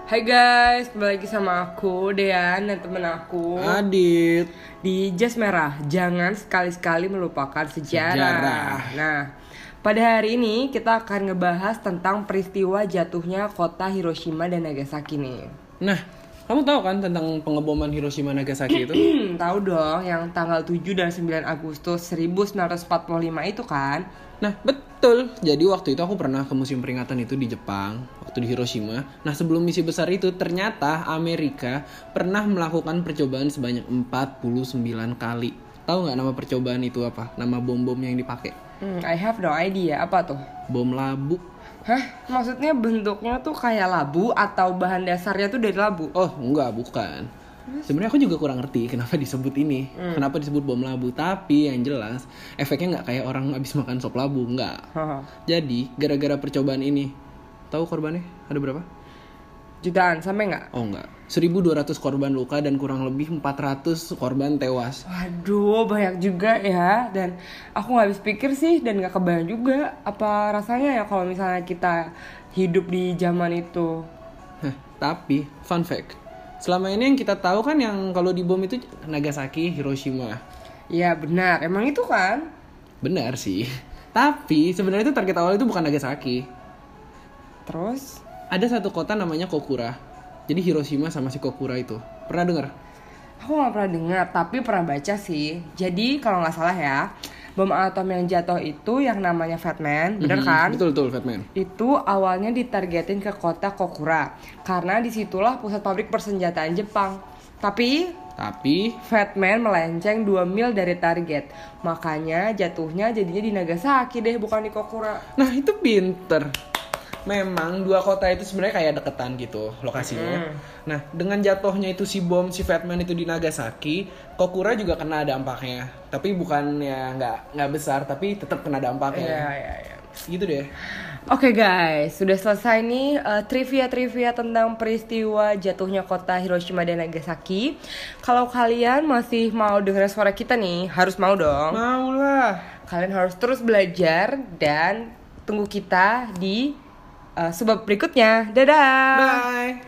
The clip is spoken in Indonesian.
Hai guys, kembali lagi sama aku, Dean, dan temen aku Adit. di Jas Merah. Jangan sekali-sekali melupakan sejarah. Sejarah. Nah, pada hari ini kita akan ngebahas tentang peristiwa jatuhnya kota Hiroshima dan Nagasaki nih. Nah, kamu tahu kan tentang pengeboman Hiroshima Nagasaki itu? Tahu dong, yang tanggal 7 dan 9 Agustus 1945 itu kan? Nah, betul. Jadi waktu itu aku pernah ke museum peringatan itu di Jepang, waktu di Hiroshima. Nah, sebelum misi besar itu, ternyata Amerika pernah melakukan percobaan sebanyak 49 kali. Tahu nggak nama percobaan itu apa? Nama bom-bom yang dipakai? I have no idea, apa tuh? Bom labu. Hah? Maksudnya bentuknya tuh kayak labu atau bahan dasarnya tuh dari labu? Oh, enggak, bukan. Sebenarnya aku juga kurang ngerti kenapa disebut ini, kenapa disebut bom labu. Tapi yang jelas efeknya nggak kayak orang abis makan sop labu, nggak. Jadi gara-gara percobaan ini, tahu korbannya ada berapa? Jutaan, sampai nggak? Oh enggak, 1.200 korban luka dan kurang lebih 400 korban tewas. Waduh, banyak juga ya. Dan aku nggak habis pikir sih dan nggak kebayang juga apa rasanya ya kalau misalnya kita hidup di zaman itu. Tapi fun fact, selama ini yang kita tahu kan yang kalau dibom itu Nagasaki, Hiroshima. Ya benar, emang itu kan? Benar sih. Tapi sebenarnya itu target awal itu bukan Nagasaki. Terus? Ada satu kota namanya Kokura. Jadi Hiroshima sama si Kokura itu. Pernah dengar? Aku nggak pernah dengar, tapi pernah baca sih. Jadi kalau nggak salah ya, bom atom yang jatuh itu yang namanya Fat Man, bener kan? Betul, Fatman. Itu awalnya ditargetin ke kota Kokura karena disitulah pusat pabrik persenjataan Jepang. Tapi Fat Man melenceng 2 mil dari target. Makanya jatuhnya jadinya di Nagasaki deh, bukan di Kokura. Nah, itu pinter. Memang dua kota itu sebenarnya kayak deketan gitu lokasinya. Nah, dengan jatuhnya itu si Fatman itu di Nagasaki, Kokura juga kena dampaknya. Tapi bukan ya nggak besar, tapi tetap kena dampaknya. Iya. Gitu deh. Oke guys, sudah selesai nih trivia tentang peristiwa jatuhnya kota Hiroshima dan Nagasaki. Kalau kalian masih mau dengerin suara kita nih, harus mau dong. Mau lah. Kalian harus terus belajar dan tunggu kita di sebab berikutnya. Dadah. Bye.